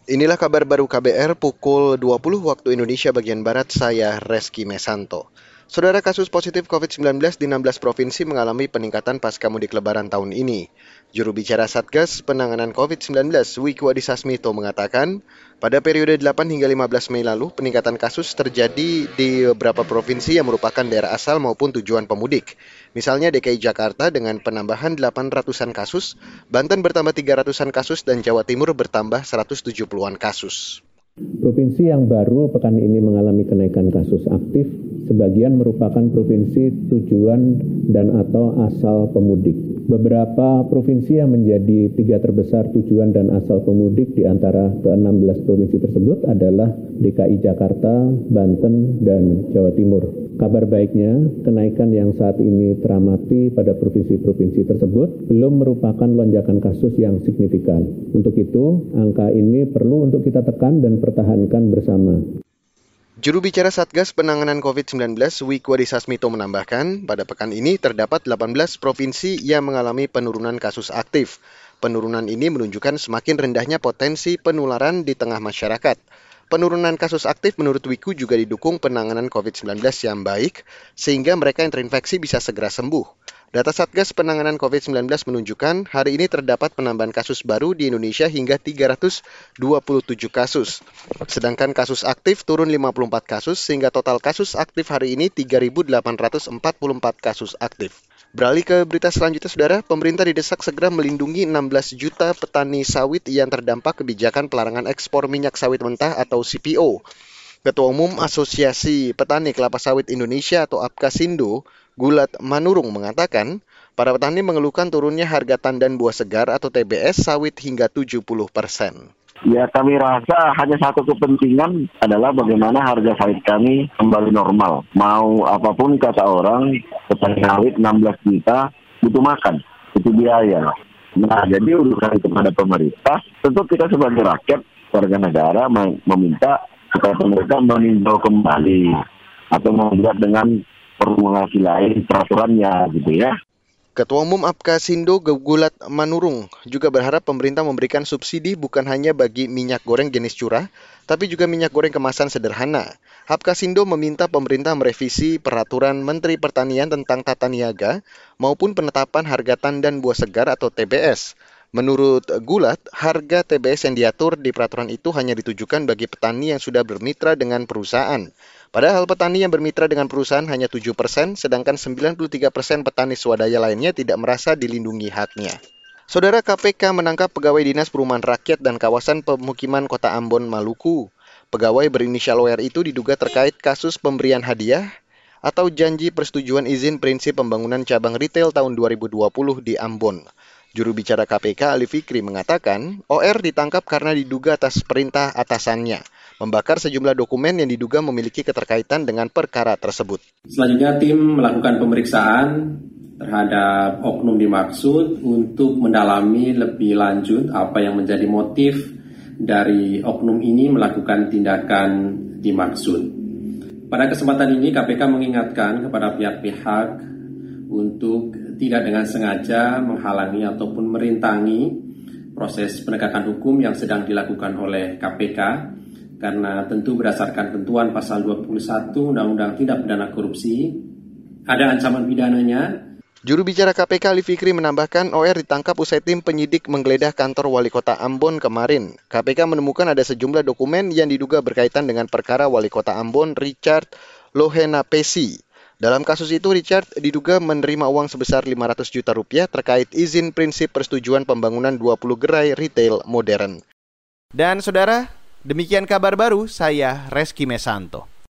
Inilah kabar baru KBR pukul 20 waktu Indonesia bagian Barat, saya Reski Mesanto. Saudara, kasus positif COVID-19 di 16 provinsi mengalami peningkatan pasca mudik lebaran tahun ini. Juru bicara Satgas Penanganan COVID-19, Wiku Adhisa Smito mengatakan, pada periode 8 hingga 15 Mei lalu, peningkatan kasus terjadi di beberapa provinsi yang merupakan daerah asal maupun tujuan pemudik. Misalnya DKI Jakarta dengan penambahan 800-an kasus, Banten bertambah 300-an kasus, dan Jawa Timur bertambah 170-an kasus. Provinsi yang baru pekan ini mengalami kenaikan kasus aktif, sebagian merupakan provinsi tujuan dan atau asal pemudik. Beberapa provinsi yang menjadi 3 terbesar tujuan dan asal pemudik di antara ke-16 provinsi tersebut adalah DKI Jakarta, Banten, dan Jawa Timur. Kabar baiknya, kenaikan yang saat ini teramati pada provinsi-provinsi tersebut belum merupakan lonjakan kasus yang signifikan. Untuk itu, angka ini perlu untuk kita tekan dan pertahankan bersama. Juru bicara Satgas Penanganan COVID-19, Wiku Adhisa Smito menambahkan, pada pekan ini terdapat 18 provinsi yang mengalami penurunan kasus aktif. Penurunan ini menunjukkan semakin rendahnya potensi penularan di tengah masyarakat. Penurunan kasus aktif menurut Wiku juga didukung penanganan COVID-19 yang baik, sehingga mereka yang terinfeksi bisa segera sembuh. Data Satgas Penanganan COVID-19 menunjukkan hari ini terdapat penambahan kasus baru di Indonesia hingga 327 kasus. Sedangkan kasus aktif turun 54 kasus sehingga total kasus aktif hari ini 3.844 kasus aktif. Beralih ke berita selanjutnya, Saudara, pemerintah didesak segera melindungi 16 juta petani sawit yang terdampak kebijakan pelarangan ekspor minyak sawit mentah atau CPO. Ketua Umum Asosiasi Petani Kelapa Sawit Indonesia atau APKASindo, Gulat Manurung mengatakan, para petani mengeluhkan turunnya harga tandan buah segar atau TBS sawit hingga 70%. Ya, kami rasa hanya satu kepentingan adalah bagaimana harga sawit kami kembali normal. Mau apapun kata orang, petani sawit 16 juta butuh makan, butuh biaya. Nah, jadi urusan kepada pemerintah, tentu kita sebagai rakyat, warga negara meminta supaya pemerintah meninjau kembali atau membuat dengan formulasi lain peraturannya gitu ya. Ketua Umum APKASindo Gulat Manurung juga berharap pemerintah memberikan subsidi bukan hanya bagi minyak goreng jenis curah, tapi juga minyak goreng kemasan sederhana. APKASindo meminta pemerintah merevisi peraturan Menteri Pertanian tentang tata niaga maupun penetapan harga tandan buah segar atau TBS. Menurut Gulat, harga TBS yang diatur di peraturan itu hanya ditujukan bagi petani yang sudah bermitra dengan perusahaan. Padahal petani yang bermitra dengan perusahaan hanya 7%, sedangkan 93% petani swadaya lainnya tidak merasa dilindungi haknya. Saudara, KPK menangkap pegawai Dinas Perumahan Rakyat dan Kawasan Pemukiman Kota Ambon, Maluku. Pegawai berinisial WR itu diduga terkait kasus pemberian hadiah atau janji persetujuan izin prinsip pembangunan cabang retail tahun 2020 di Ambon. Juru bicara KPK Ali Fikri mengatakan, OR ditangkap karena diduga atas perintah atasannya membakar sejumlah dokumen yang diduga memiliki keterkaitan dengan perkara tersebut. Selanjutnya tim melakukan pemeriksaan terhadap oknum dimaksud untuk mendalami lebih lanjut apa yang menjadi motif dari oknum ini melakukan tindakan dimaksud. Pada kesempatan ini KPK mengingatkan kepada pihak-pihak untuk tidak dengan sengaja menghalangi ataupun merintangi proses penegakan hukum yang sedang dilakukan oleh KPK, karena tentu berdasarkan ketentuan pasal 21 Undang-Undang Tindak Pidana Korupsi, ada ancaman pidananya. Juru bicara KPK Ali Fikri menambahkan OR ditangkap usai tim penyidik menggeledah kantor Wali Kota Ambon kemarin. KPK menemukan ada sejumlah dokumen yang diduga berkaitan dengan perkara Wali Kota Ambon Richard Lohenapesi. Dalam kasus itu, Richard diduga menerima uang sebesar 500 juta rupiah terkait izin prinsip persetujuan pembangunan 20 gerai retail modern. Dan saudara, demikian kabar baru, saya Reski Mesanto.